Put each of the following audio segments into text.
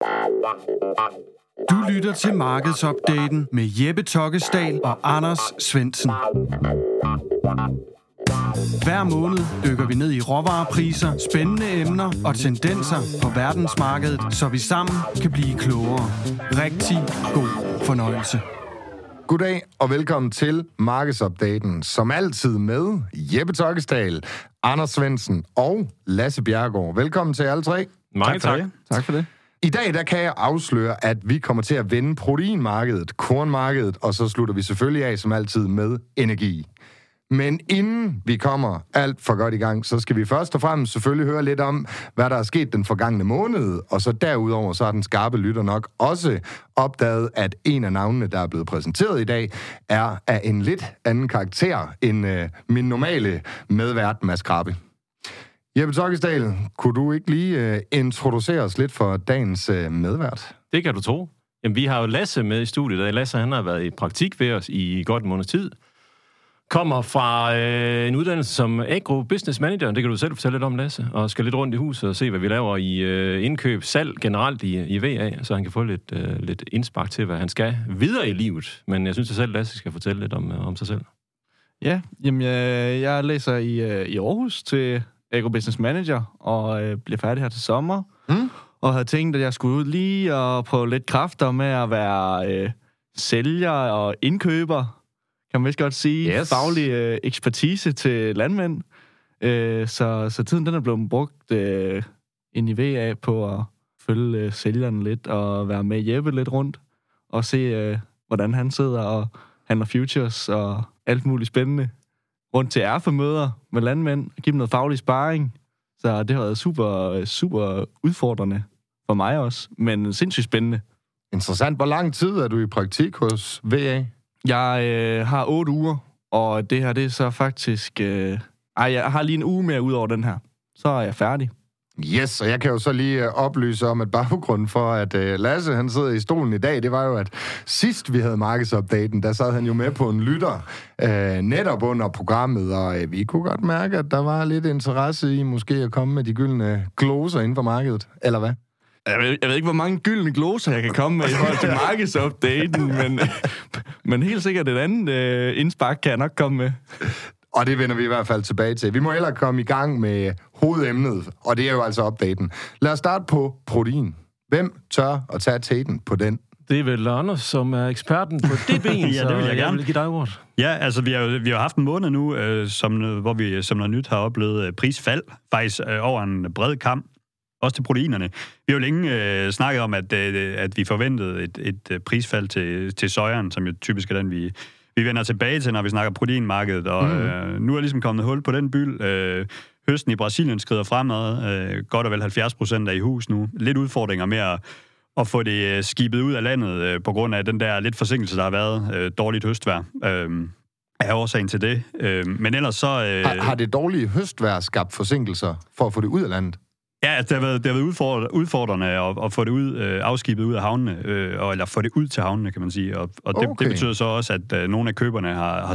Du lytter til Markedsupdaten med Jeppe Tokkesdal og Anders Svendsen. Hver måned dykker vi ned i råvarepriser, spændende emner og tendenser på verdensmarkedet, så vi sammen kan blive klogere. Rigtig god fornøjelse. Goddag og velkommen til Markedsupdaten, som altid med Jeppe Tokkesdal, Anders Svendsen og Lasse Bjerregaard. Velkommen til alle tre. Mange tak. Tak for det. I dag der kan jeg afsløre, at vi kommer til at vende proteinmarkedet, kornmarkedet, og så slutter vi selvfølgelig af som altid med energi. Men inden vi kommer alt for godt i gang, så skal vi først og fremmest selvfølgelig høre lidt om, hvad der er sket den forgangne måned, og så derudover så har den skarpe lytter nok også opdaget, at en af navnene, der er blevet præsenteret i dag, er af en lidt anden karakter end min normale medvært, Mads Krabbe. Jeppe Tokkesdal, kunne du ikke lige introducere os lidt for dagens medvært? Det kan du tro. Jamen, vi har jo Lasse med i studiet, og Lasse han har været i praktik ved os i godt en måneds tid. Kommer fra en uddannelse som Agro Business Manager, det kan du selv fortælle lidt om, Lasse, og skal lidt rundt i huset og se, hvad vi laver i indkøb, salg generelt i VA, så han kan få lidt indspark til, hvad han skal videre i livet. Men jeg synes at selv, Lasse skal fortælle lidt om sig selv. Ja, jamen jeg læser i Aarhus til Agro Business Manager, og bliver færdig her til sommer, og havde tænkt, at jeg skulle ud lige og prøve lidt kræfter med at være sælger og indkøber, kan man vist godt sige, yes. Faglig ekspertise til landmænd. Så tiden den er blevet brugt ind i VA på at følge sælgeren lidt og være med Jeppe lidt rundt og se, hvordan han sidder og handler futures og alt muligt spændende rundt til RF-møder med landmænd og give dem noget faglig sparring. Så det har været super udfordrende for mig også, men sindssygt spændende. Interessant. Hvor lang tid er du i praktik hos VA? Jeg har 8 uger, og det her, det er så faktisk... jeg har lige en uge mere ud over den her. Så er jeg færdig. Yes, og jeg kan jo så lige oplyse om, at baggrunden for, at Lasse han sidder i stolen i dag, det var jo, at sidst vi havde markedsupdaten, der sad han jo med på en lytter netop under programmet, og vi kunne godt mærke, at der var lidt interesse i måske at komme med de gyldne gloser inden for markedet, eller hvad? Jeg ved ikke, hvor mange gyldne gloser jeg kan komme med i forhold til markedsupdaten, men helt sikkert et andet indspark kan jeg nok komme med. Og det vender vi i hvert fald tilbage til. Vi må hellere komme i gang med hovedemnet, og det er jo altså updaten. Lad os starte på protein. Hvem tør at tage teten på den? Det er vel Anders, som er eksperten på det ben, ja, det vil jeg gerne. Jeg vil give dig ordet. Ja, altså vi har haft en måned nu, hvor vi som noget nyt har oplevet prisfald, faktisk over en bred kam, også til proteinerne. Vi har jo længe snakket om, at vi forventede et prisfald til sojaen, som jo typisk er den, vi vender tilbage til, når vi snakker proteinmarkedet, og nu er ligesom kommet hul på den byld. Høsten i Brasilien skrider fremad, godt og vel 70% er i hus nu. Lidt udfordringer med at få det skibet ud af landet, på grund af den der lidt forsinkelse, der har været, dårligt høstvejr, er årsagen til det. Men ellers så... Har det dårlige høstvejr skabt forsinkelser for at få det ud af landet? Ja, det har været udfordrende at få det ud, afskibet ud af havnene, eller få det ud til havnene, kan man sige. Og det betyder så også, at nogle af køberne har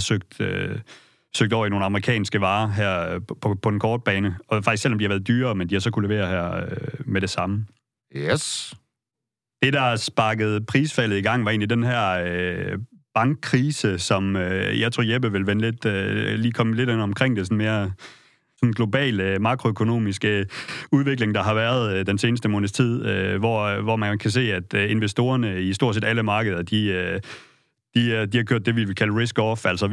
søgt over i nogle amerikanske varer her på en kort bane. Og faktisk selvom de har været dyrere, men de har så kunne levere her med det samme. Yes. Det, der sparkede prisfaldet i gang, var egentlig den her bankkrise, som jeg tror Jeppe vil vende lidt, lige komme lidt ind omkring det, sådan mere... sådan en global makroøkonomisk udvikling, der har været den seneste måneds tid, hvor man kan se, at investorerne i stort set alle markeder, de har kørt det, vi vil kalde risk-off, altså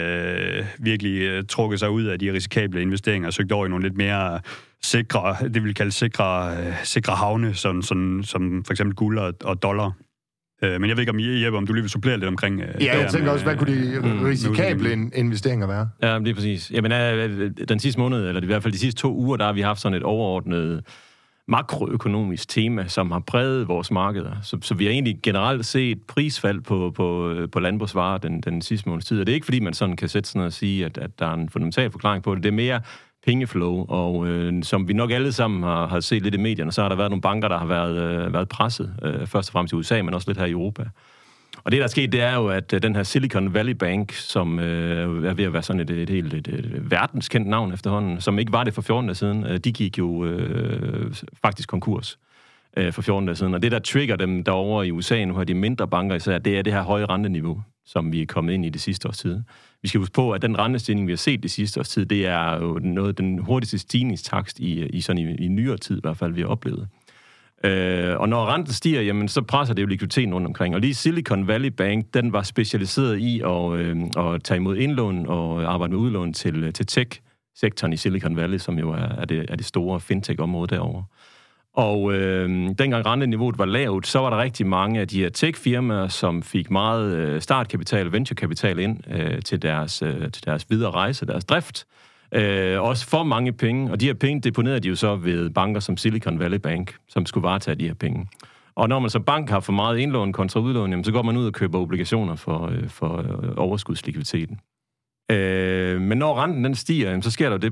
virkelig trukket sig ud af de risikable investeringer og søgt over i nogle lidt mere sikre, det vi vil kalde sikre havne, som for eksempel guld og dollar. Men jeg ved ikke, om du lige vil supplere lidt omkring... Ja, jeg tænker også, hvad kunne de risikable investeringer være? Ja, det er præcis. Jamen, den sidste måned, eller i hvert fald de sidste 2 uger, der har vi haft sådan et overordnet makroøkonomisk tema, som har præget vores markeder. Så vi har egentlig generelt set prisfald på landbrugsvarer den sidste måneds tid. Og det er ikke, fordi man sådan kan sætte sådan noget og sige, at der er en fundamental forklaring på det. Det er mere pengeflow, og som vi nok alle sammen har set lidt i medierne, så har der været nogle banker, der har været presset, først og fremmest i USA, men også lidt her i Europa. Og det, der er sket, det er jo, at den her Silicon Valley Bank, som er ved at være sådan et helt verdenskendt navn efterhånden, som ikke var det for 14 år siden, de gik jo faktisk konkurs. for 14 dage siden. Og det, der trigger dem derovre i USA nu, har de mindre banker især, det er det her høje renteniveau, som vi er kommet ind i det sidste års tid. Vi skal huske på, at den rentestigning, vi har set det sidste års tid, det er jo noget den hurtigste stigningstakst i nyere tid, i hvert fald, vi har oplevet. Og når renten stiger, jamen, så presser det jo likviditeten rundt omkring. Og lige Silicon Valley Bank, den var specialiseret i at tage imod indlån og arbejde med udlån til tech-sektoren i Silicon Valley, som jo er det store fintech-område derovre. Og dengang renteniveauet var lavt, så var der rigtig mange af de her tech-firmaer, som fik meget startkapital, venturekapital ind til deres videre rejse, deres drift. Også for mange penge, og de her penge deponerede de jo så ved banker som Silicon Valley Bank, som skulle varetage de her penge. Og når man så bank har for meget indlån kontra udlån, jamen, så går man ud og køber obligationer for overskudslikviditeten. Men når renten den stiger, jamen, så sker der det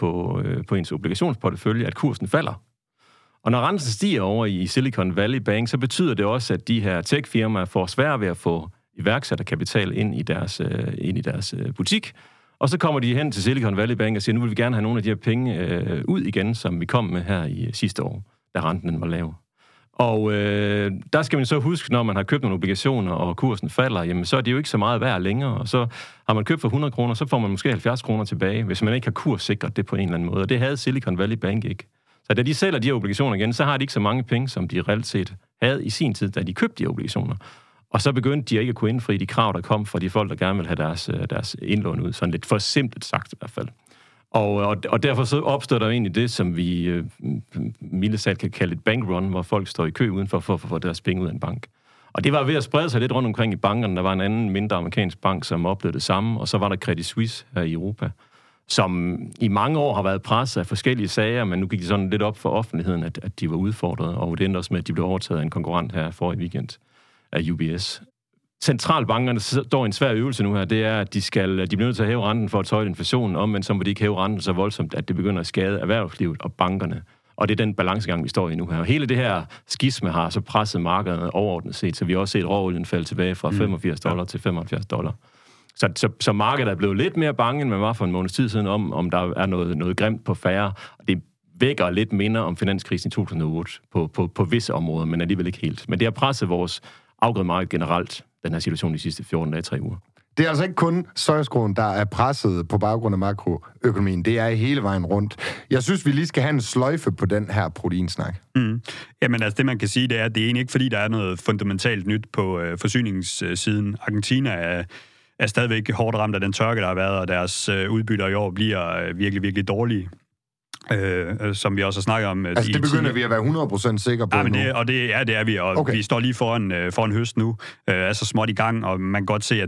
på ens obligationsportefølje, at kursen falder. Og når renten stiger over i Silicon Valley Bank, så betyder det også, at de her tech-firmaer får svært ved at få iværksætterkapital ind i deres butik. Og så kommer de hen til Silicon Valley Bank og siger, nu vil vi gerne have nogle af de her penge ud igen, som vi kom med her i sidste år, da renten var lav. Og der skal man så huske, når man har købt nogle obligationer, og kursen falder, jamen så er det jo ikke så meget værd længere. Og så har man købt for 100 kroner, så får man måske 70 kroner tilbage, hvis man ikke har kurssikret det på en eller anden måde. Og det havde Silicon Valley Bank ikke. Så da de sælger de her obligationer igen, så har de ikke så mange penge, som de reelt set havde i sin tid, da de købte de obligationer. Og så begyndte de ikke at kunne indfri de krav, der kom fra de folk, der gerne vil have deres indlån ud. Sådan lidt for simpelt sagt i hvert fald. Og derfor så opstår der egentlig det, som vi mildest kan kalde et bankrun, hvor folk står i kø udenfor for at få deres penge ud af en bank. Og det var ved at sprede sig lidt rundt omkring i bankerne. Der var en anden mindre amerikansk bank, som oplevede det samme, og så var der Credit Suisse her i Europa, som i mange år har været presset af forskellige sager, men nu gik det sådan lidt op for offentligheden, at de var udfordret, og det endte også med, at de blev overtaget af en konkurrent her forrige weekend af UBS. Centralbankerne står i en svær øvelse nu her, det er, at de bliver nødt til at hæve renten for at tøjle inflationen, omvendt så må de ikke hæve renten så voldsomt, at det begynder at skade erhvervslivet og bankerne. Og det er den balancegang, vi står i nu her. Og hele det her skisme har så presset markedet overordnet set, så vi har også set råolien falde tilbage fra $85 til $75. Så markedet er blevet lidt mere bange, end man var for en måneds tid siden, om der er noget grimt på færre. Det vækker lidt minder om finanskrisen i 2008 på visse områder, men alligevel ikke helt. Men det har presset vores afgrødemarked generelt, den her situation de sidste 14 dage, 3 uger. Det er altså ikke kun sojaskruen, der er presset på baggrund af makroøkonomien. Det er hele vejen rundt. Jeg synes, vi lige skal have en sløjfe på den her proteinsnak. Jamen altså, det man kan sige, det er, at det er egentlig ikke, fordi der er noget fundamentalt nyt på forsyningssiden. Argentina er stadigvæk hårdt ramt af den tørke, der har været, og deres udbytter i år bliver virkelig, virkelig dårlige. Som vi også har snakket om. Altså, det begynder vi at være 100% sikre på nu. Det er vi, og okay. Vi står lige foran høst nu, altså småt i gang, og man kan godt se,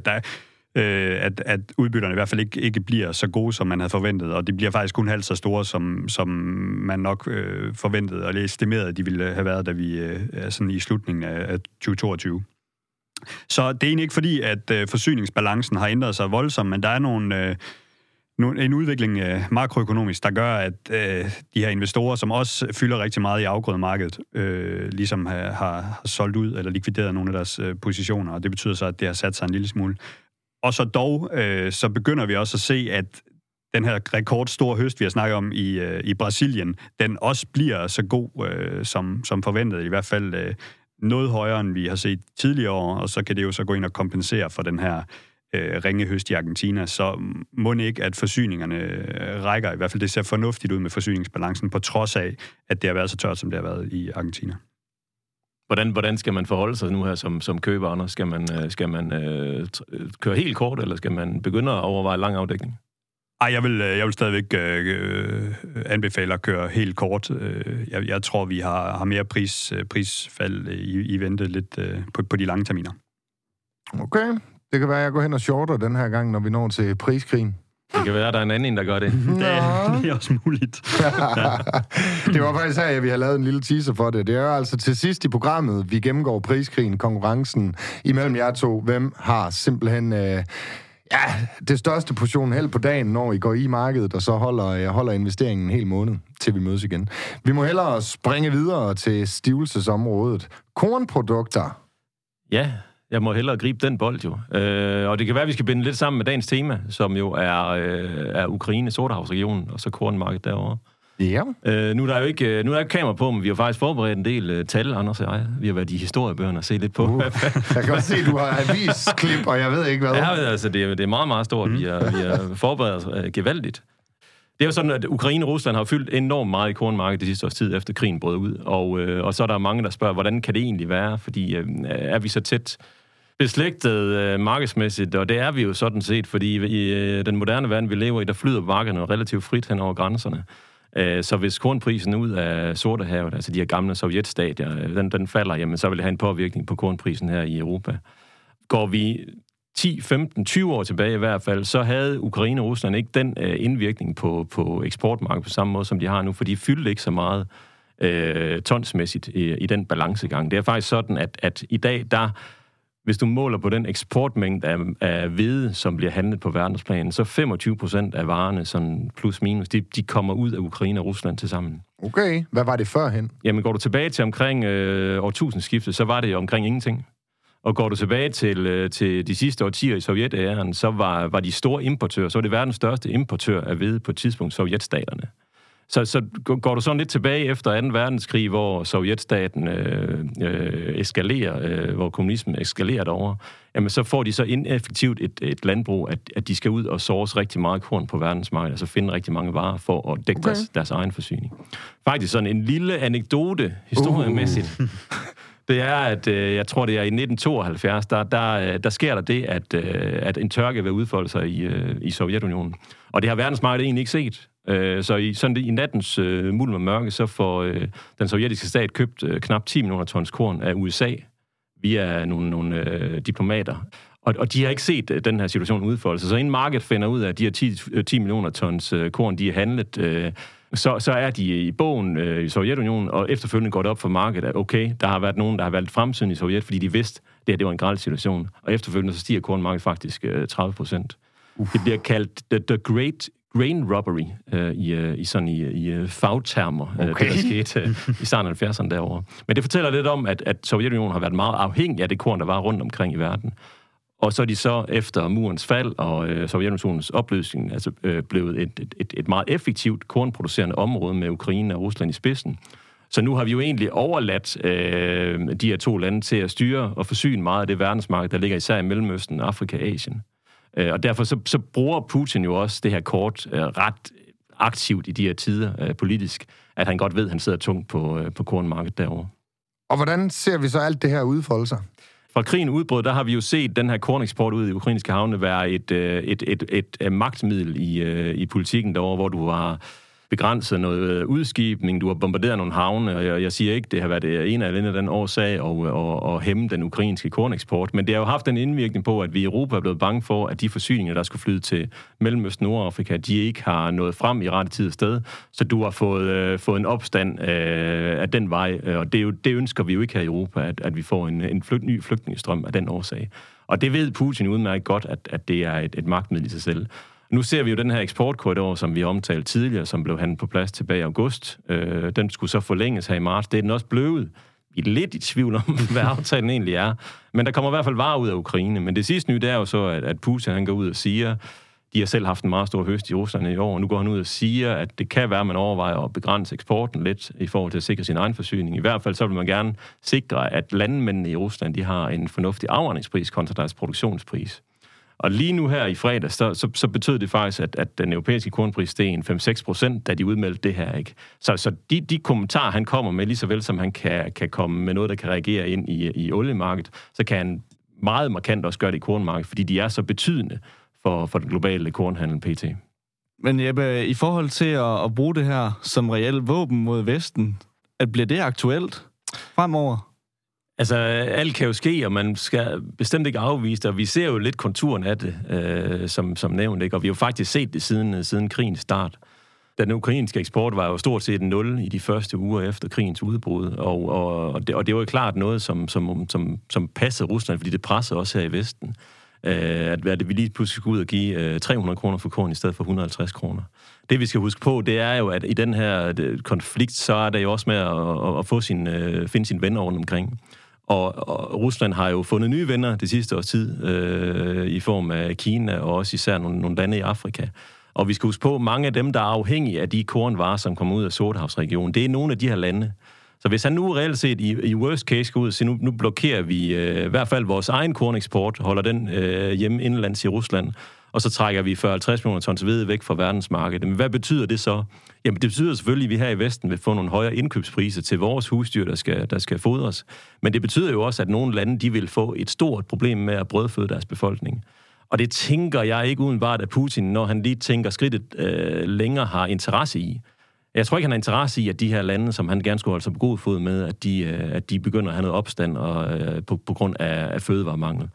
at udbytterne i hvert fald ikke bliver så gode, som man havde forventet, og det bliver faktisk kun halvt så store, som man nok forventede, og estimerede, at de ville have været, da vi er sådan i slutningen af 2022. Så det er egentlig ikke fordi, at forsyningsbalancen har ændret sig voldsomt, men der er en udvikling makroøkonomisk, der gør, at de her investorer, som også fylder rigtig meget i afgrødemarkedet, ligesom har solgt ud eller likvideret nogle af deres positioner, og det betyder så, at det har sat sig en lille smule. Og så dog, så begynder vi også at se, at den her rekordstore høst, vi har snakket om i Brasilien, den også bliver så god som forventet, i hvert fald noget højere, end vi har set tidligere år, og så kan det jo så gå ind og kompensere for den her ringe høst i Argentina, så må ikke, at forsyningerne rækker. I hvert fald det ser fornuftigt ud med forsyningsbalancen, på trods af, at det har været så tørt, som det har været i Argentina. Hvordan skal man forholde sig nu her som køber, Anders? Skal man køre helt kort, eller skal man begynde at overveje lang afdækning? Jeg vil stadigvæk anbefale at køre helt kort. Jeg tror, vi har mere prisfald i vente lidt på de lange terminer. Okay. Det kan være, at jeg går hen og shorter den her gang, når vi når til priskrigen. Det kan være, at der er en anden, der gør det. Det er også muligt. Det var faktisk her, at vi har lavet en lille teaser for det. Det er altså til sidst i programmet, vi gennemgår priskrigen, konkurrencen imellem jer to. Hvem har simpelthen det største portion held på dagen, når I går i markedet, og så holder investeringen en hel måned, til vi mødes igen. Vi må hellere springe videre til stivelsesområdet. Kornprodukter. Ja, jeg må hellere gribe den bold jo. Og det kan være, at vi skal binde lidt sammen med dagens tema, som jo er Ukraine, Sortehavsregionen, og så kornmarkedet derovre. Ja. Nu er der jo ikke kamera på, men vi har faktisk forberedt en del tal, Anders og jeg. Vi har været i historiebøgerne og set lidt på. Jeg kan godt se, at du har avisklip, og jeg ved ikke hvad. Ja, altså det er meget, meget stort. Vi har forberedt os gevaldigt. Det er jo sådan, at Ukraine og Rusland har fyldt enormt meget i kornmarkedet det sidste års tid, efter krigen brød ud. Og så er der mange, der spørger, hvordan kan det egentlig være? Fordi er vi så tæt beslægtet markedsmæssigt? Og det er vi jo sådan set, fordi i den moderne verden, vi lever i, der flyder markederne relativt frit hen over grænserne. Så hvis kornprisen ud af Sortehavet, altså de her gamle sovjetstadier, den falder, jamen så vil det have en påvirkning på kornprisen her i Europa. Går vi 10, 15, 20 år tilbage i hvert fald, så havde Ukraine og Rusland ikke den indvirkning på eksportmarkedet på samme måde, som de har nu, for de fyldte ikke så meget tonsmæssigt i den balancegang. Det er faktisk sådan, at i dag, hvis du måler på den eksportmængde af hvede, som bliver handlet på verdensplanen, så 25% af varerne, sådan plus minus, de kommer ud af Ukraine og Rusland til sammen. Okay, hvad var det førhen? Jamen, går du tilbage til omkring årtusindskiftet, så var det jo omkring ingenting. Og går du tilbage til de sidste årtier i sovjetæren, så var de store importører, så var det verdens største importør af hvede på et tidspunkt sovjetstaterne. Så går du sådan lidt tilbage efter 2. verdenskrig, hvor sovjetstaten eskalerer, hvor kommunismen eskalerer derovre, jamen så får de så ineffektivt et landbrug, at de skal ud og source rigtig meget korn på verdensmarkedet, altså finde rigtig mange varer for at dække deres egen forsyning. Faktisk sådan en lille anekdote historiemæssigt. Det er, at jeg tror, det er i 1972, der sker der det, at en tørke vil udfolde sig i Sovjetunionen. Og det har verdensmarkedet egentlig ikke set. Så i nattens mulm og mørke, så får den sovjetiske stat købt knap 10 millioner tons korn af USA via nogle diplomater. Og de har ikke set den her situation udfolde sig. Så inden markedet finder ud af, at de her 10 millioner tons korn, de er handlet, så er de i bogen i Sovjetunionen, og efterfølgende går det op for markedet, at okay, der har været nogen, der har valgt fremtiden i Sovjet, fordi de vidste, at det var en grel situation. Og efterfølgende så stiger kornmarkedet faktisk 30%. Det bliver kaldt the Great Grain Robbery i fagtermer, det der skete i starten af 70'erne derovre. Men det fortæller lidt om, at Sovjetunionen har været meget afhængig af det korn, der var rundt omkring i verden. Og så er de så efter murens fald og Sovjetunionens opløsning blevet et meget effektivt kornproducerende område med Ukraine og Rusland i spidsen. Så nu har vi jo egentlig overladt de her to lande til at styre og forsyne meget af det verdensmarked, der ligger især i Mellemøsten, Afrika og Asien. Og derfor så bruger Putin jo også det her kort ret aktivt i de her tider politisk, at han godt ved, at han sidder tungt på kornmarkedet derovre. Og hvordan ser vi så alt det her udfolde sig? Fra krigen udbrød, der har vi jo set den her korneksport ud i ukrainske havne være et magtmiddel i politikken derovre, hvor du har begrænset noget udskibning, du har bombarderet nogle havne, og jeg siger ikke, det har været en eller anden den årsag at hæmme den ukrainske korneksport, men det har jo haft en indvirkning på, at vi i Europa er blevet bange for, at de forsyninger, der skulle flyde til Mellemøsten og Nordafrika, de ikke har nået frem i rette tid og sted, så du har fået en opstand af den vej, og det ønsker vi jo ikke her i Europa, at vi får en ny flygtningestrøm af den årsag. Og det ved Putin udmærket godt, at det er et magtmiddel i sig selv. Nu ser vi jo den her eksportkorridor, som vi omtalte tidligere, som blev handlet på plads tilbage i august. Den skulle så forlænges her i marts. Det er den også blevet. Vi er lidt i tvivl om, hvad aftalen egentlig er. Men der kommer i hvert fald varer ud af Ukraine. Men det sidste nye, det er jo så, at Putin han går ud og siger, de har selv haft en meget stor høst i Rusland i år, og nu går han ud og siger, at det kan være, at man overvejer at begrænse eksporten lidt i forhold til at sikre sin egen forsyning. I hvert fald så vil man gerne sikre, at landmændene i Rusland, de har en fornuftig afregningspris kontra deres produktionspris. Og lige nu her i fredag, så betød det faktisk, at den europæiske kornpris steg 5-6%, da de udmeldte det her, ikke? Så de kommentarer, han kommer med, lige så vel som han kan komme med noget, der kan reagere ind i oliemarkedet, så kan han meget markant også gøre det i kornmarkedet, fordi de er så betydende for den globale kornhandel pt. Men Jeppe, i forhold til at bruge det her som reelt våben mod Vesten, at bliver det aktuelt fremover? Altså, alt kan jo ske, og man skal bestemt ikke afvise det, og vi ser jo lidt konturen af det, som nævnt, ikke? Og vi har jo faktisk set det siden krigens start. Den ukrainske eksport var jo stort set 0 i de første uger efter krigens udbrud, og det var jo klart noget, som passede Rusland, fordi det pressede også her i Vesten, at vi lige pludselig skulle ud og give 300 kroner for korn i stedet for 150 kroner. Det vi skal huske på, det er jo, at i den her konflikt, så er der jo også med at finde sine venner rundt omkring. Og Rusland har jo fundet nye venner det sidste års tid, i form af Kina og også især nogle lande i Afrika. Og vi skal huske på, mange af dem, der er afhængige af de kornvarer, som kommer ud af Sortehavsregionen, det er nogle af de her lande. Så hvis han nu reelt set i worst case går ud og siger, nu blokerer vi i hvert fald vores egen korneksport, holder den hjemme indenlands i Rusland, og så trækker vi 40-50 millioner tons hvede væk fra verdensmarkedet. Men hvad betyder det så? Jamen det betyder selvfølgelig, at vi her i Vesten vil få nogle højere indkøbspriser til vores husdyr, der skal fodres. Men det betyder jo også, at nogle lande de vil få et stort problem med at brødføde deres befolkning. Og det tænker jeg ikke udenbart, at Putin, når han lige tænker skridtet længere, har interesse i. Jeg tror ikke, han har interesse i, at de her lande, som han gerne skulle holde sig på god fod med, at de begynder at have noget opstand på grund af fødevaremangel.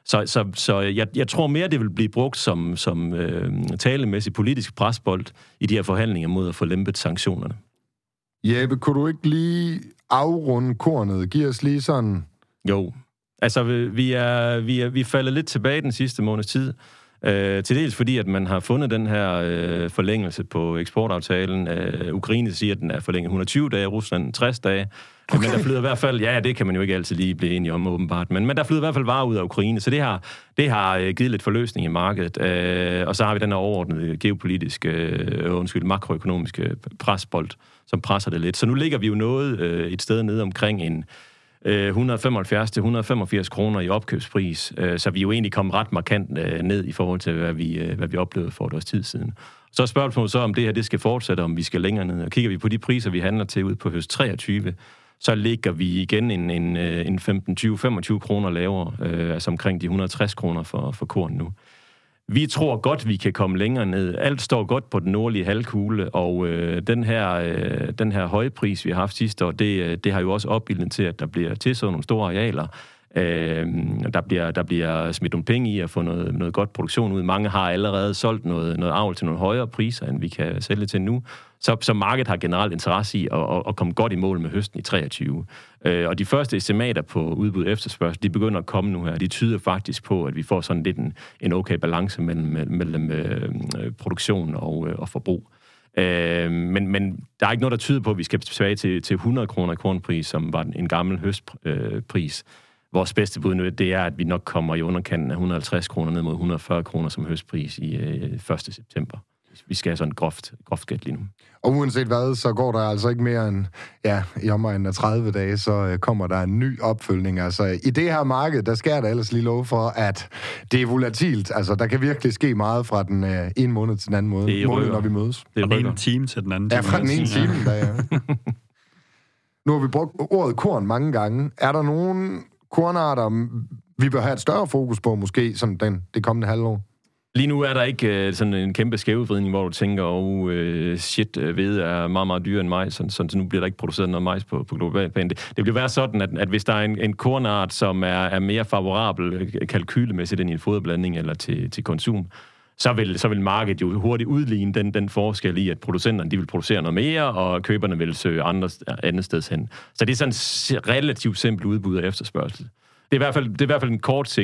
Så jeg tror mere, det vil blive brugt som talemæssig politisk presbold i de her forhandlinger mod at få lempet sanktionerne. Jeppe, kunne du ikke lige afrunde kornet? Giv os lige sådan... Jo. Altså, vi er faldet lidt tilbage den sidste måneds tid. Til dels fordi, at man har fundet den her forlængelse på eksportaftalen. Ukraine siger, at den er forlænget 120 dage, Rusland 60 dage. Okay. Men der flyder i hvert fald, ja, det kan man jo ikke altid lige blive enige om, åbenbart, men der flyder i hvert fald varer ud af Ukraine, så det har givet lidt forløsning i markedet. Og så har vi den her overordnede geopolitiske, makroøkonomiske presbold, som presser det lidt. Så nu ligger vi jo noget et sted nede omkring en 175-185 kroner i opkøbspris, så vi er jo egentlig kommet ret markant ned i forhold til, hvad vi oplevede for et års tid siden. Så er spørgsmålet så, om det her det skal fortsætte, om vi skal længere ned. Og kigger vi på de priser, vi handler til ud på høst 23, så ligger vi igen en 15-20-25 kroner lavere, altså omkring de 160 kroner for korn nu. Vi tror godt, vi kan komme længere ned. Alt står godt på den nordlige halvkugle, og den her høje pris, vi har haft sidste år, det har jo også opbildet til, at der bliver tilsået nogle store arealer. Der bliver smidt nogle penge i at få noget godt produktion ud. Mange har allerede solgt noget avl til nogle højere priser, end vi kan sælge til nu. Så markedet har generelt interesse i at komme godt i mål med høsten i 23. Og de første estimater på udbud efterspørgsel, de begynder at komme nu her. De tyder faktisk på, at vi får sådan lidt en okay balance mellem produktion og forbrug. Men der er ikke noget, der tyder på, at vi skal tilbage til 100 kroner i kornpris, som var en gammel høstpris. Vores bedste bud nu, det er, at vi nok kommer i underkanten af 150 kroner ned mod 140 kroner som høstpris i 1. september. Vi skal have sådan groft gæt lige nu. Og uanset hvad, så går der altså ikke mere end, i omegnen af 30 dage, så kommer der en ny opfølgning. Altså, i det her marked, der sker der ellers lige lov for, at det er volatilt. Altså, der kan virkelig ske meget fra den ene måned til den anden måned, når vi mødes. Det er fra den ene time til den anden. Ja, fra den ene time, ja. Nu har vi brugt ordet korn mange gange. Er der nogle kornarter, vi bør have et større fokus på, måske, sådan det kommende halvår? Lige nu er der ikke sådan en kæmpe skævevridning, hvor du tænker, hvede er meget, meget dyrere end majs, så nu bliver der ikke produceret noget majs på global plan. Det vil være sådan, at hvis der er en kornart, som er mere favorabel kalkylemæssigt end i en foderblanding eller til konsum, så vil markedet jo hurtigt udligne den forskel i, at producenterne de vil producere noget mere, og køberne vil søge andet sted hen. Så det er sådan en relativt simpel udbud af efterspørgsel. Det er i hvert fald en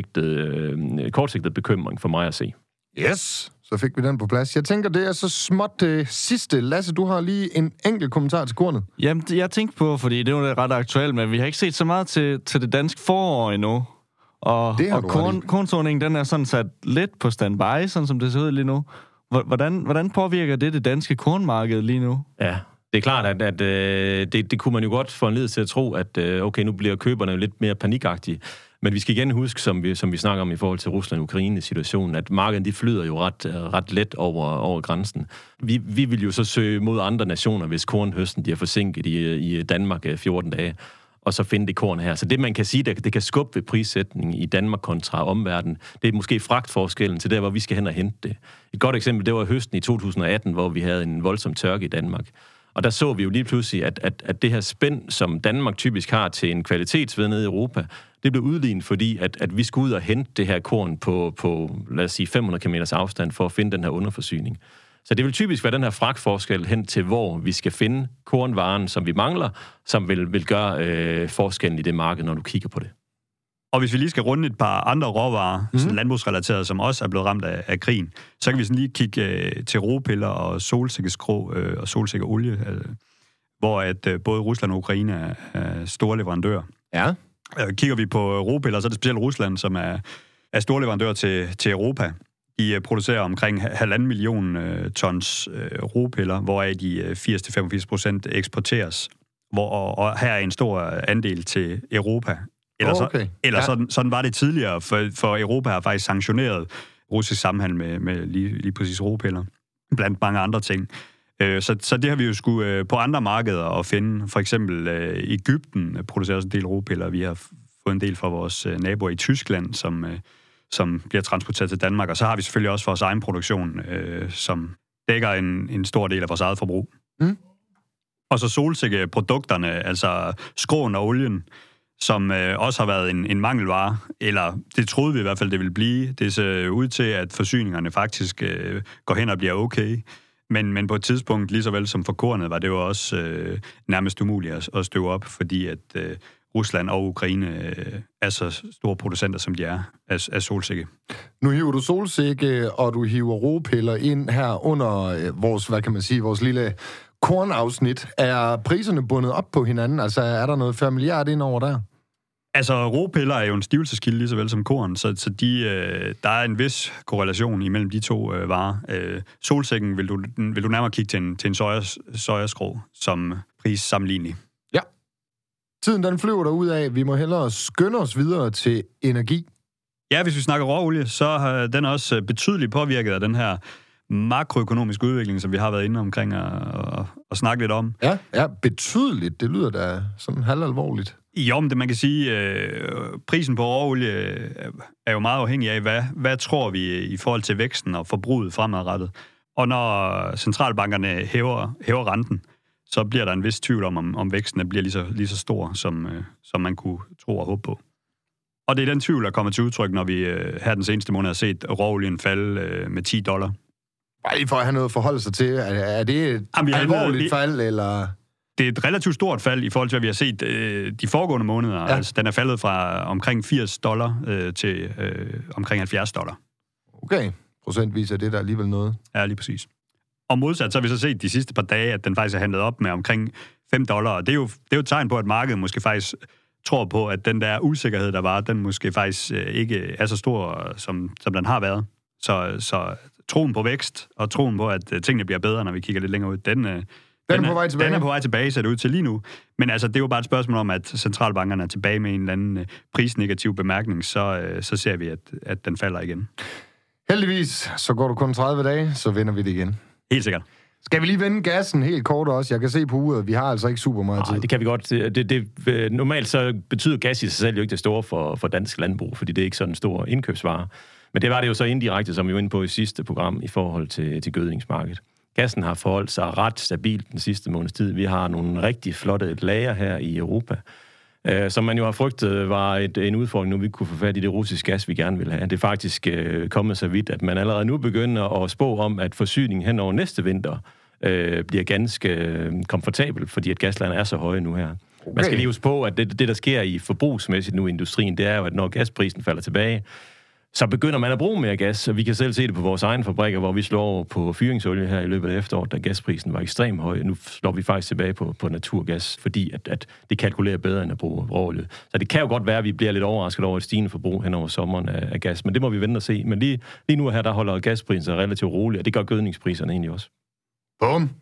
kortsigtet bekymring for mig at se. Yes, så fik vi den på plads. Jeg tænker, det er så småt det sidste. Lasse, du har lige en enkelt kommentar til kornet. Jamen, jeg tænkte på, fordi det er ret aktuelt, men vi har ikke set så meget til det danske forår endnu. Og kornsåningen, den er sådan sat lidt på standby, sådan som det ser ud lige nu. Hvordan påvirker det danske kornmarked lige nu? Ja, det er klart, at det kunne man jo godt få en led til at tro, at okay, nu bliver køberne lidt mere panikagtige. Men vi skal igen huske, som vi snakker om i forhold til Rusland-Ukraine-situationen, at markedet de flyder jo ret let over grænsen. Vi vil jo så søge mod andre nationer, hvis kornhøsten de er forsinket i Danmark 14 dage, og så finde det korn her. Så det, man kan sige, det kan skubbe ved prissætningen i Danmark kontra omverdenen, det er måske fragtforskellen til der, hvor vi skal hen og hente det. Et godt eksempel, det var høsten i 2018, hvor vi havde en voldsom tørke i Danmark. Og der så vi jo lige pludselig, at det her spænd, som Danmark typisk har til en kvalitetsved nede i Europa, det blev udlignet, fordi at vi skulle ud og hente det her korn på lad os sige, 500 km afstand for at finde den her underforsyning. Så det vil typisk være den her fragtforskel hen til, hvor vi skal finde kornvaren, som vi mangler, som vil gøre forskellen i det marked, når du kigger på det. Og hvis vi lige skal runde et par andre råvarer, sådan landbrugsrelaterede, som også er blevet ramt af krigen, så kan vi sådan lige kigge til ropiller og solsikkeskrå og solsikkeolie, hvor at både Rusland og Ukraine er store leverandører. Ja. Kigger vi på ropiller, så er det specielt Rusland, som er store leverandør til Europa. De producerer omkring 1,5 million tons ropiller, hvoraf de 80-85% eksporteres. Og her er en stor andel til Europa. Sådan var det tidligere, for Europa har faktisk sanktioneret russisk samhandel med lige præcis ropiller, blandt mange andre ting. Så det har vi jo skulle på andre markeder at finde. For eksempel Egypten producerer også en del ropiller. Vi har fået en del fra vores naboer i Tyskland, som bliver transporteret til Danmark. Og så har vi selvfølgelig også vores egen produktion, som dækker en stor del af vores eget forbrug. Mm. Og så solsikkeprodukterne, altså skroen og olien, som også har været en mangelvare, eller det troede vi i hvert fald, det ville blive. Det ser ud til, at forsyningerne faktisk går hen og bliver okay. Men på et tidspunkt, lige så vel som for kornet, var det jo også nærmest umuligt at støve op, fordi at Rusland og Ukraine er så store producenter, som de er af solsikke. Nu hiver du solsikke, og du hiver ropiller ind her under vores, hvad kan man sige, vores lille kornafsnit. Er priserne bundet op på hinanden? Altså, er der noget familiært ind over der? Altså, ropiller er jo en stivelseskilde lige så vel som korn, så der er en vis korrelation imellem de to varer. Solsikken vil du nærmere kigge til en sojaskrå som prissammenlignelig. Ja. Tiden den flyver der ud af. Vi må hellere skynde os videre til energi. Ja, hvis vi snakker råolie, så har den også betydeligt påvirket af den her makroøkonomisk udvikling, som vi har været inde omkring og snakke lidt om. Ja, betydeligt. Det lyder da sådan halvalvorligt. Jo, men det man kan sige, prisen på råolie er jo meget afhængig af, hvad tror vi i forhold til væksten og forbruget fremadrettet. Og når centralbankerne hæver renten, så bliver der en vis tvivl om væksten bliver lige så stor, som man kunne tro og håbe på. Og det er den tvivl, der kommer til udtryk, når vi her den seneste måned har set råolien falde med $10. Bare lige for at have noget at forholde sig til. Er det et alvorligt fald, eller? Det er et relativt stort fald i forhold til, hvad vi har set de foregående måneder. Ja. Altså, den er faldet fra omkring $80 til omkring $70. Okay, procentvis er det der alligevel noget. Ja, lige præcis. Og modsat, så har vi så set de sidste par dage, at den faktisk er handlet op med omkring $5. Og det er jo et tegn på, at markedet måske faktisk tror på, at den der usikkerhed, der var, den måske faktisk ikke er så stor, som den har været. Så troen på vækst og troen på, at tingene bliver bedre, når vi kigger lidt længere ud, den er på vej tilbage, ser det ud til lige nu. Men altså, det er jo bare et spørgsmål om, at centralbankerne er tilbage med en eller anden prisnegativ bemærkning, så ser vi, at den falder igen. Heldigvis, så går du kun 30 dage, så vinder vi det igen. Helt sikkert. Skal vi lige vende gassen helt kort også? Jeg kan se på uret, vi har altså ikke super meget tid. Det kan vi godt. Normalt så betyder gas i sig selv jo ikke det store for dansk landbrug, fordi det er ikke sådan en stor indkøbsvare. Men det var det jo så indirekte, som vi var inde på i sidste program, i forhold til gødningsmarkedet. Gassen har forholdt sig ret stabilt den sidste måneds tid. Vi har nogle rigtig flotte lager her i Europa, som man jo har frygtet var en udfordring, nu vi kunne få fat i det russiske gas, vi gerne vil have. Det er faktisk kommet så vidt, at man allerede nu begynder at spå om, at forsyningen hen over næste vinter bliver ganske komfortabel, fordi at gaslagerne er så høje nu her. Okay. Man skal lige huske på, at det, der sker i forbrugsmæssigt nu i industrien, det er jo, at når gasprisen falder tilbage, så begynder man at bruge mere gas, og vi kan selv se det på vores egne fabrikker, hvor vi slår over på fyringsolie her i løbet af efteråret, da gasprisen var ekstremt høj. Nu slår vi faktisk tilbage på naturgas, fordi at det kalkulerer bedre end at bruge råolie. Så det kan jo godt være, at vi bliver lidt overrasket over et stigende forbrug hen over sommeren af gas, men det må vi vente og se. Men lige nu her, der holder gasprisen sig relativt roligt, og det gør gødningspriserne egentlig også. Bum.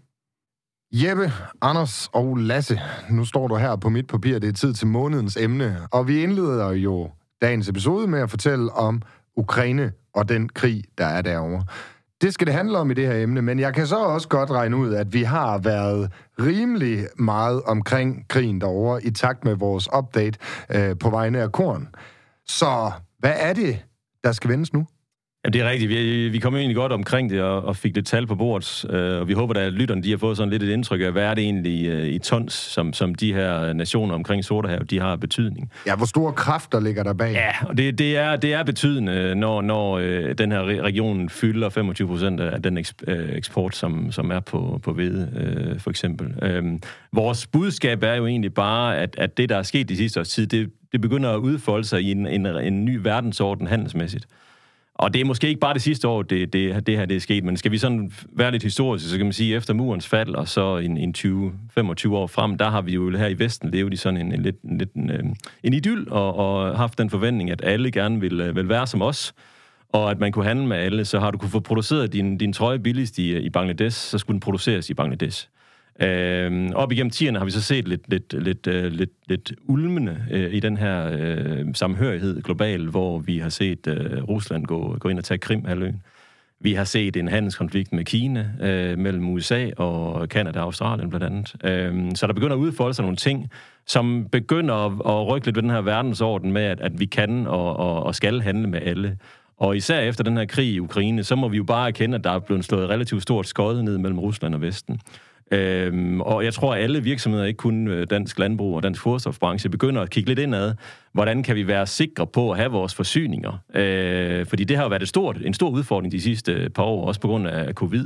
Jeppe, Anders og Lasse, nu står du her på mit papir, det er tid til månedens emne, og vi indleder jo dagens episode med at fortælle om Ukraine og den krig, der er derovre. Det skal det handle om i det her emne, men jeg kan så også godt regne ud, at vi har været rimelig meget omkring krigen derovre i takt med vores update på vegne af korn. Så hvad er det, der skal vendes nu? Ja, det er rigtigt. Vi kom jo egentlig godt omkring det og fik lidt tal på bordet, og vi håber, at lytterne de har fået sådan lidt et indtryk af, hvad er det egentlig i tons, som de her nationer omkring Sortehavet, de har betydning. Ja, hvor store kræfter ligger der bag? Ja, og det er betydende, når den her region fylder 25% af den eksport, som er på hvede, for eksempel. Vores budskab er jo egentlig bare, at det, der er sket de sidste års tid, det begynder at udfolde sig i en ny verdensorden handelsmæssigt. Og det er måske ikke bare det sidste år, det her det er sket, men skal vi sådan være lidt historisk, så kan man sige, efter murens fald, og så en 20-25 år frem, der har vi jo her i Vesten levet i sådan en idyl, og haft den forventning, at alle gerne vil være som os. og at man kunne handle med alle, så har du kunne få produceret din trøje billigst i Bangladesh, så skulle den produceres i Bangladesh. Op igennem 10'erne har vi så set lidt ulmende i den her samhørighed global, hvor vi har set Rusland gå ind og tage Krim-halvøen. Vi har set en handelskonflikt med Kina, mellem USA og Canada og Australien blandt andet. Så der begynder at udfolde sig nogle ting, som begynder at rykke lidt ved den her verdensorden med, at vi kan og skal handle med alle. Og især efter den her krig i Ukraine, så må vi jo bare erkende, at der er blevet slået relativt stort skod ned mellem Rusland og Vesten. Og jeg tror, at alle virksomheder, ikke kun dansk landbrug og dansk fodstofbranche, begynder at kigge lidt indad. Hvordan kan vi være sikre på at have vores forsyninger? Fordi det har jo været en stor udfordring de sidste par år, også på grund af covid.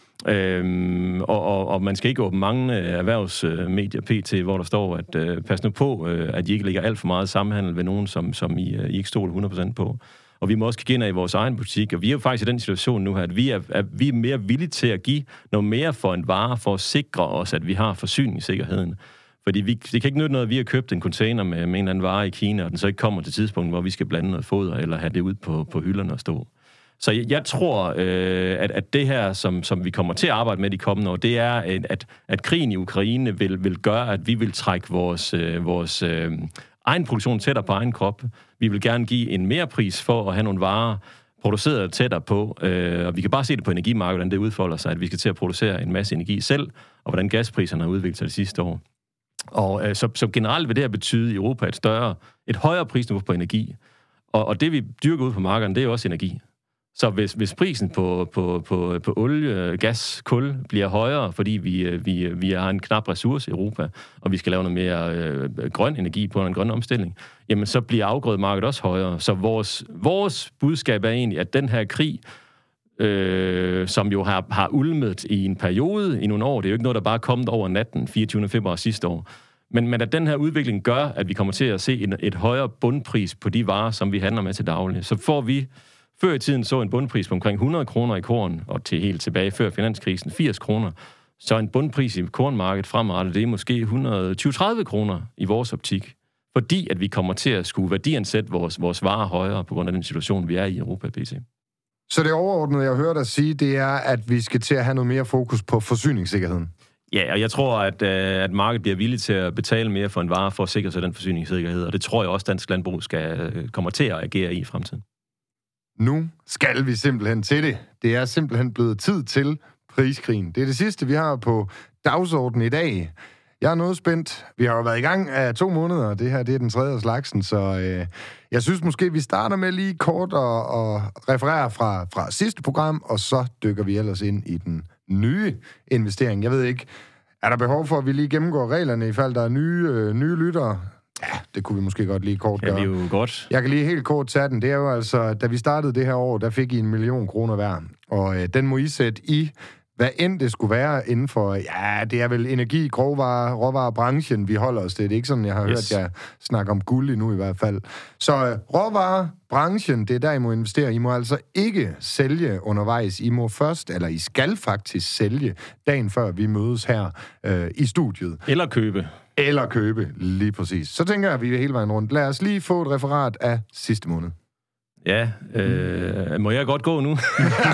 Og man skal ikke åbne mange erhvervsmedier pt., hvor der står, at pas nu på, at I ikke lægger alt for meget samhandel ved nogen, som I ikke stoler 100% på. Og vi må også kigge ind i vores egen butik, og vi er jo faktisk i den situation nu her, at vi er mere villige til at give noget mere for en vare, for at sikre os, at vi har forsyningssikkerheden. Fordi det kan ikke nytte noget, at vi har købt en container med en eller anden vare i Kina, og den så ikke kommer til tidspunkt, hvor vi skal blande noget foder, eller have det ud på hylderne og stå. Så jeg tror, at det her, som vi kommer til at arbejde med de kommende år, det er, at krigen i Ukraine vil gøre, at vi vil trække vores egen produktion tættere på egen krop. Vi vil gerne give en mere pris for at have nogle varer produceret tættere på, og vi kan bare se det på energimarkedet, hvordan det udfolder sig, at vi skal til at producere en masse energi selv, og hvordan gaspriserne har udviklet sig de sidste år. Og så generelt vil det her betyde i Europa et højere prisniveau på energi. Og det, vi dyrker ud på markederne, det er jo også energi. Så hvis prisen på olie, gas, kul bliver højere, fordi vi har en knap ressource i Europa, og vi skal lave noget mere grøn energi på en grøn omstilling, jamen så bliver afgrødemarkedet også højere. Så vores budskab er egentlig, at den her krig, som jo har ulmet i en periode, i nogle år, det er jo ikke noget, der bare er kommet over natten, 24. februar sidste år, men at den her udvikling gør, at vi kommer til at se et højere bundpris på de varer, som vi handler med til daglig. Så får vi før i tiden så en bundpris på omkring 100 kroner i korn, og til helt tilbage før finanskrisen 80 kroner. Så en bundpris i kornmarkedet fremadrettet, det er måske 120-30 kroner i vores optik. Fordi at vi kommer til at skulle værdiansætte vores varer højere på grund af den situation, vi er i Europa pt. Så det overordnede, jeg hører dig sige, det er, at vi skal til at have noget mere fokus på forsyningssikkerheden. Ja, og jeg tror, at markedet bliver villig til at betale mere for en vare for at sikre sig den forsyningssikkerhed, og det tror jeg også, dansk landbrug kommer til at agere i fremtiden. Nu skal vi simpelthen til det. Det er simpelthen blevet tid til priskrigen. Det er det sidste, vi har på dagsordenen i dag. Jeg er noget spændt. Vi har jo været i gang af 2 måneder, og det her det er den 3. af slagsen, så jeg synes måske, vi starter med lige kort og referere fra sidste program, og så dykker vi ellers ind i den nye investering. Jeg ved ikke, er der behov for, at vi lige gennemgår reglerne, i fald der er nye lyttere? Ja, det kunne vi måske godt lige kort gøre. Ja, vi er jo godt. Jeg kan lige helt kort tage den. Det er jo altså, da vi startede det her år, der fik I 1 million kroner hver. Og den må I sætte i, hvad end det skulle være inden for, ja, det er vel energi, grovvarer, råvarebranchen, vi holder os til. Det er ikke sådan, jeg har hørt jer snakke om guld endnu i hvert fald. Så råvarebranchen, det er der, I må investere. I må altså ikke sælge undervejs. I må først, eller I skal faktisk sælge dagen før vi mødes her i studiet. Eller købe, lige præcis. Så tænker jeg, at vi er hele vejen rundt. Lad os lige få et referat af sidste måned. Ja, må jeg godt gå nu?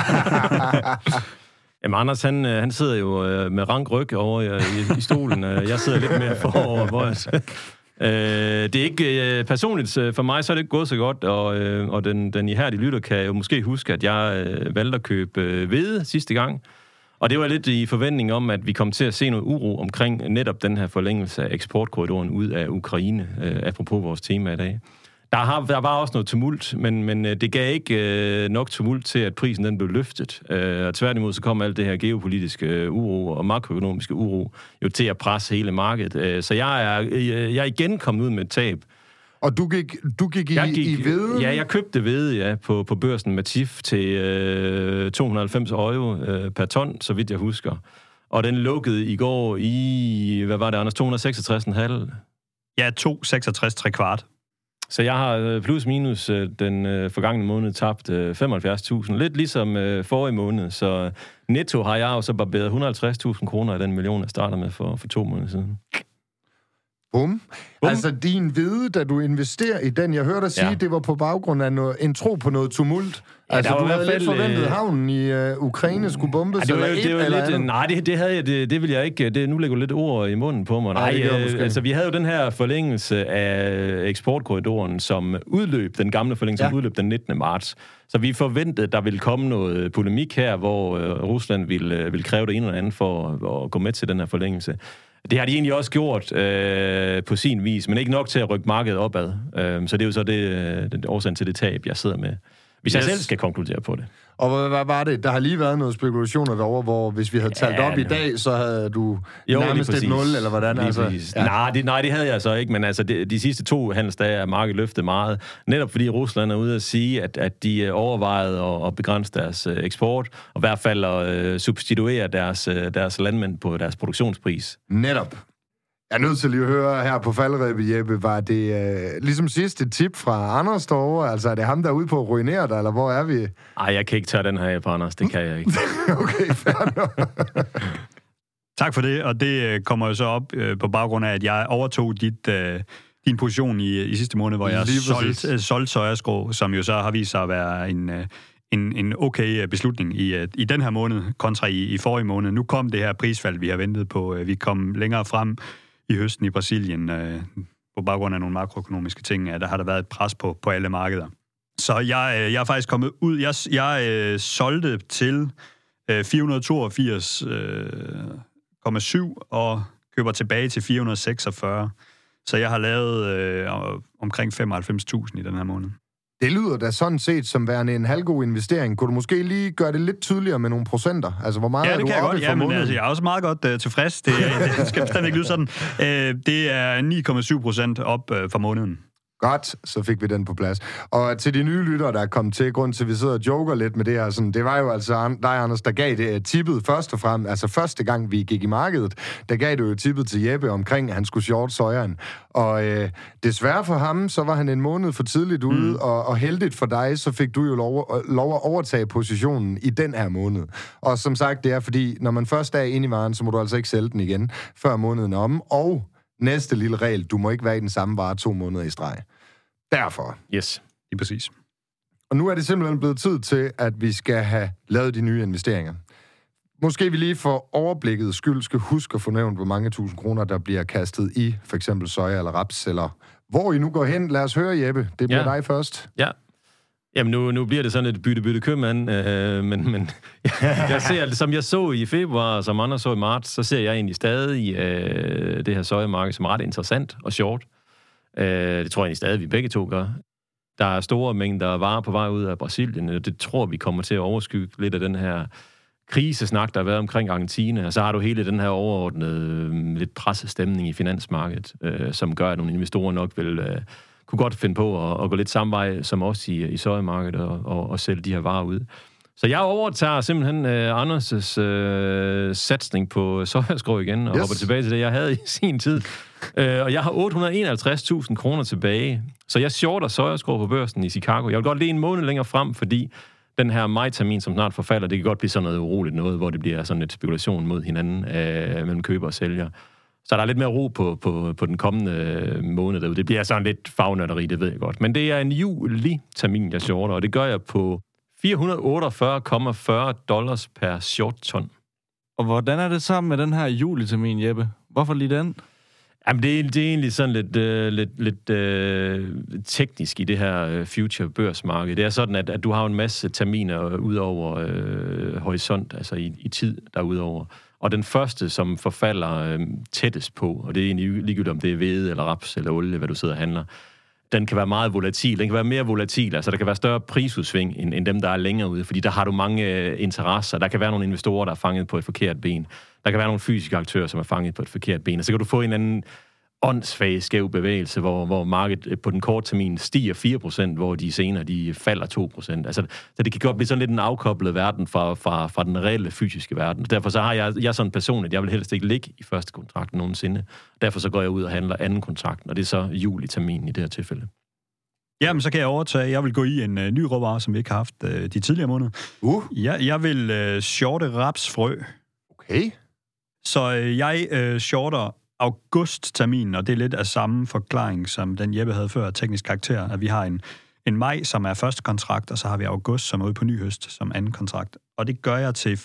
Jamen, Anders, han sidder jo med rank ryg over i stolen. Jeg sidder lidt mere forover, hvor det er ikke personligt for mig, så er det ikke gået så godt, og den ihærdige lytter kan jo måske huske, at jeg valgte at købe hvede sidste gang. Og det var lidt i forventning om, at vi kom til at se noget uro omkring netop den her forlængelse af eksportkorridoren ud af Ukraine, apropos vores tema i dag. Der var også noget tumult, men det gav ikke nok tumult til, at prisen den blev løftet. Og tværtimod så kom alt det her geopolitiske uro og makroøkonomiske uro jo til at presse hele markedet. Så jeg er igen kommet ud med et tab. Og du gik i hvede? Ja, jeg købte hvede på børsen Matif til 290 euro per ton, så vidt jeg husker. Og den lukkede i går i, hvad var det, Anders, 266,5? Ja, 266,75. Så jeg har plus minus den forgangne måned tabt 75.000. Lidt ligesom forrige måned. Så netto har jeg jo så barberet 150.000 kroner af den million, jeg startede med for 2 måneder siden. Bum. Altså din vide, da du investerer i den, jeg hørte dig sige, det var på baggrund af en tro på noget tumult. Ja, altså, du havde lidt forventet, havnen i Ukraine skulle bombes, det havde jeg, det vil jeg ikke. Nu lægger lidt ord i munden på mig. Altså, vi havde jo den her forlængelse af eksportkorridoren, som udløb, den gamle forlængelse, som udløb den 19. marts. Så vi forventede, at der ville komme noget polemik her, hvor Rusland ville kræve det ene eller andet for at gå med til den her forlængelse. Det har de egentlig også gjort på sin vis, men ikke nok til at rykke markedet opad. Så det er jo så det årsagen til det tab, jeg sidder med. Hvis jeg selv skal konkludere på det. Og hvad var det? Der har lige været noget spekulationer derovre, hvor hvis vi havde talt op i dag, så havde du nærmest et 0, eller hvordan? Altså, Nej, det havde jeg så ikke, men altså de sidste 2 handelsdage er markedet løftet meget. Netop fordi Rusland er ude at sige, at de overvejede at begrænse deres eksport, og i hvert fald at substituere deres landmænd på deres produktionspris. Netop. Jeg er nødt til lige at høre her på falderebet, Jeppe, var det ligesom sidste tip fra Anders derovre? Altså, er det ham, der er ude på at ruinere dig, eller hvor er vi? Ej, jeg kan ikke tage den her på Anders, det kan jeg ikke. Okay, fair nok. Tak for det, og det kommer jo så op på baggrund af, at jeg overtog din position i sidste måned, hvor jeg solgte sojaskro, som jo så har vist sig at være en okay beslutning i den her måned, kontra i forrige måned. Nu kom det her prisfald, vi har ventet på. Vi kom længere frem i høsten i Brasilien, på baggrund af nogle makroøkonomiske ting, der har der været et pres på alle markeder. Så jeg er faktisk kommet ud, jeg solgte til 482,7 og køber tilbage til 446. Så jeg har lavet omkring 95.000 i den her måned. Det lyder da sådan set som værende en halvgod investering. Kunne du måske lige gøre det lidt tydeligere med nogle procenter? Altså, hvor meget er du oppe for måneden? Altså, jeg er også meget godt tilfreds. Det skal bestemt ikke lyde sådan. Det er 9,7% op for måneden. Godt, så fik vi den på plads. Og til de nye lyttere, der er kommet til, grund til, at vi sidder og joker lidt med det her, sådan, det var jo altså dig, Anders, der gav det tippet først og fremmest, altså første gang, vi gik i markedet, der gav du jo tippet til Jeppe omkring, at han skulle short sojaen. Og desværre for ham, så var han en måned for tidligt ude, og heldigt for dig, så fik du jo lov at overtage positionen i den her måned. Og som sagt, det er fordi, når man først er inde i varen, så må du altså ikke sælge den igen, før måneden er om, og næste lille regel, du må ikke være i den samme vare 2 måneder i streg. Derfor. Yes, det er præcis. Og nu er det simpelthen blevet tid til, at vi skal have lavet de nye investeringer. Måske vi lige for overblikket skyld skal huske at få nævnt, hvor mange 1000 kroner, der bliver kastet i for eksempel soja eller raps, eller hvor I nu går hen. Lad os høre, Jeppe. Det bliver dig først. Ja. Jamen, nu bliver det sådan et bytte købmand, men jeg ser, som jeg så i februar, som andre så i marts, så ser jeg egentlig stadig det her sojamarked som ret interessant og short. Det tror jeg egentlig stadig, vi begge to gør. Der er store mængder varer på vej ud af Brasilien, og det tror vi kommer til at overskygge lidt af den her krisesnak, der har været omkring Argentina, og så har du hele den her overordnede lidt pressestemning i finansmarkedet, som gør, at nogle investorer nok vil kunne godt finde på at gå lidt samme vej som os i sojamarkedet og sælge de her varer ud. Så jeg overtager simpelthen Anders' satsning på sojaskro igen, og hopper tilbage til det, jeg havde i sin tid. Og jeg har 851.000 kroner tilbage, så jeg shorter sojaskro på børsen i Chicago. Jeg vil godt lige en måned længere frem, fordi den her maj-termin, som snart forfalder, det kan godt blive sådan noget uroligt noget, hvor det bliver sådan lidt spekulation mod hinanden mellem køber og sælger. Så der er lidt mere ro på den kommende måned derude. Det bliver sådan lidt fagnørderi, det ved jeg godt. Men det er en juli-termin, jeg shorter, og det gør jeg på $448,40 per short-ton. Og hvordan er det så med den her juli-termin, Jeppe? Hvorfor lige den? Jamen, det er egentlig sådan lidt teknisk i det her future-børsmarked. Det er sådan, at du har en masse terminer ud over horisont, altså i tid derudover. Og den første, som forfalder tættest på, og det er ligegyldigt, om det er hvede eller raps eller olie, hvad du sidder og handler, den kan være meget volatil. Den kan være mere volatil. Altså, der kan være større prisudsving end dem, der er længere ude, fordi der har du mange interesser. Der kan være nogle investorer, der er fanget på et forkert ben. Der kan være nogle fysiske aktører, som er fanget på et forkert ben. Og så kan du få en anden åndssvag skæv bevægelse, hvor markedet på den korte termin stiger 4%, hvor de senere de falder 2%. Altså, så det kan godt blive sådan lidt en afkoblet verden fra den reelle fysiske verden. Derfor så har jeg sådan en person, at jeg vil helst ikke ligge i første kontrakt nogensinde. Derfor så går jeg ud og handler anden kontrakt, og det er så juli-terminen i det her tilfælde. Jamen, så kan jeg overtage. Jeg vil gå i en ny råvare, som vi ikke har haft de tidligere måneder. Jeg vil shorte rapsfrø. Okay. Så jeg shorter augustterminen, og det er lidt af samme forklaring, som den Jeppe havde før, teknisk karakter, at vi har en maj, som er første kontrakt, og så har vi august, som er ude på ny høst, som anden kontrakt. Og det gør jeg til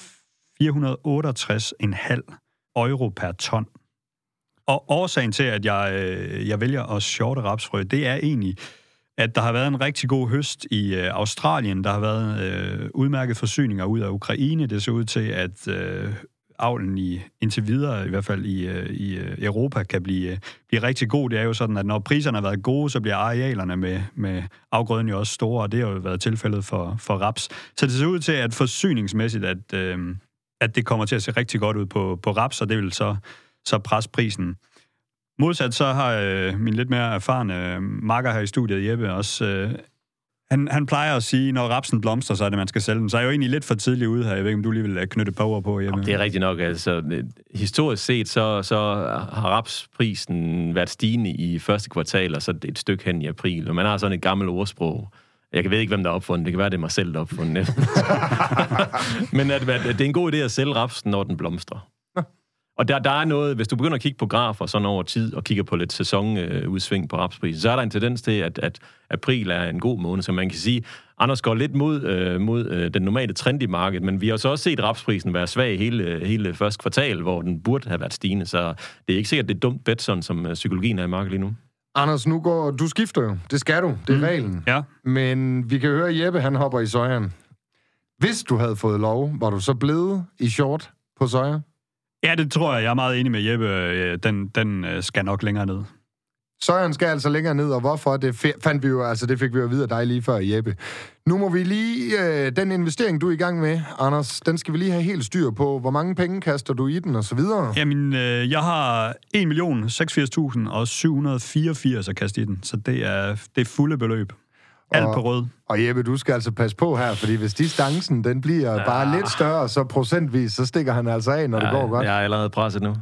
468,5 euro per ton. Og årsagen til, at jeg vælger at shorte rapsfrø, det er egentlig, at der har været en rigtig god høst i Australien. Der har været udmærket forsyninger ud af Ukraine. Det ser ud til, at avlen indtil videre, i hvert fald i Europa, kan blive rigtig god. Det er jo sådan, at når priserne har været gode, så bliver arealerne med afgrøden jo også store, og det har jo været tilfældet for raps. Så det ser ud til, at forsyningsmæssigt, at det kommer til at se rigtig godt ud på raps, og det vil så presse prisen. Modsat så har min lidt mere erfarne makker her i studiet, Jeppe, også... Han plejer at sige, når rapsen blomstrer, så er det, man skal sælge den. Så er jeg jo egentlig lidt for tidligt ude her. Jeg ved ikke, om du lige vil knytte et par ord på, Jeppe. Det er rigtigt nok. Altså, historisk set, så har rapsprisen været stigende i første kvartal, og så et stykke hen i april. Og man har sådan et gammelt ordsprog. Jeg ved ikke, hvem der er opfundet. Det kan være, det er mig selv, der er opfundet. Men at det er en god idé at sælge rapsen, når den blomstrer. Og der er noget, hvis du begynder at kigge på grafer sådan over tid, og kigger på lidt sæsonudsving på rapsprisen, så er der en tendens til, at april er en god måned, så man kan sige, Anders går lidt mod den normale trend i markedet, men vi har så også set rapsprisen være svag hele første kvartal, hvor den burde have været stigende, så det er ikke sikkert, det er dumt bet, sådan som psykologien er i markedet lige nu. Anders, du skifter jo. Det skal du. Det er reglen. Ja. Men vi kan høre, Jeppe, han hopper i sojaen. Hvis du havde fået lov, var du så blevet i short på soja? Ja, det tror jeg er meget enig med Jeppe. Den skal nok længere ned. Sojaen skal altså længere ned, og hvorfor? Det fandt vi jo, altså det fik vi jo at vide af dig lige før, Jeppe. Nu må vi lige, den investering, du er i gang med, Anders, den skal vi lige have helt styr på. Hvor mange penge kaster du i den, og så videre? Jamen, jeg har 1.086.784 at kaste i den, så det er fulde beløb. Alt på rød. Og Jeppe, du skal altså passe på her, fordi hvis distancen, den bliver bare lidt større, så procentvis, så stikker han altså af, når det går godt. Jeg er allerede presset nu.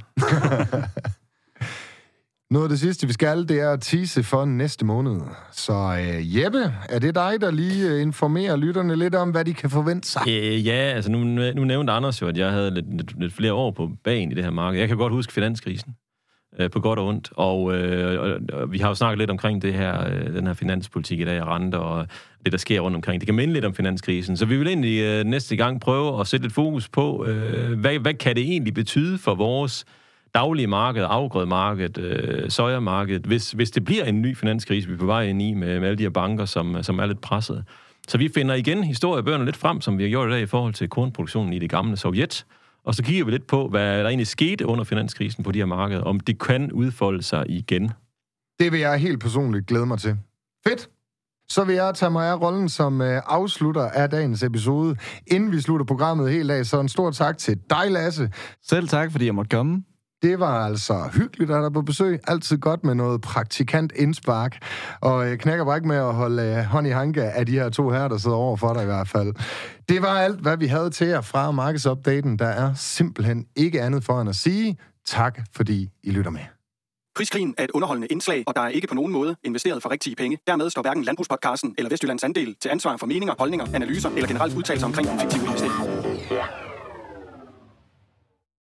Noget af det sidste, vi skal, det er at tease for næste måned. Så Jeppe, er det dig, der lige informerer lytterne lidt om, hvad de kan forvente sig? Ja, altså nu nævnte Anders jo, at jeg havde lidt flere år på bagen i det her marked. Jeg kan godt huske finanskrisen. På godt og ondt, og vi har jo snakket lidt omkring det her, den her finanspolitik i dag, renter og det, der sker rundt omkring. Det kan minde lidt om finanskrisen, så vi vil egentlig næste gang prøve at sætte lidt fokus på, hvad kan det egentlig betyde for vores daglige marked, afgrødemarked, sojamarked, hvis det bliver en ny finanskrise, vi er på vej ind i med alle de her banker, som er lidt presset. Så vi finder igen historiebøgerne lidt frem, som vi har gjort i dag i forhold til kornproduktionen i det gamle Sovjet. Og så kigger vi lidt på, hvad der egentlig skete under finanskrisen på de her markeder, om det kan udfolde sig igen. Det vil jeg helt personligt glæde mig til. Fedt! Så vil jeg tage mig af rollen som afslutter af dagens episode. Inden vi slutter programmet helt af, så en stor tak til dig, Lasse. Selv tak, fordi jeg måtte komme. Det var altså hyggeligt at der på besøg. Altid godt med noget praktikant indspark. Og jeg knækker bare ikke med at holde hånd i hanke af de her to herrer, der sidder over for dig i hvert fald. Det var alt, hvad vi havde til jer fra markedsupdaten. Der er simpelthen ikke andet for end at sige tak, fordi I lytter med. Priskrigen er et underholdende indslag, og der er ikke på nogen måde investeret for rigtige penge. Dermed står hverken Landbrugspodcasten eller Vestjyllands Andel til ansvar for meninger, holdninger, analyser eller generelt udtalelser omkring en fiktiv investering.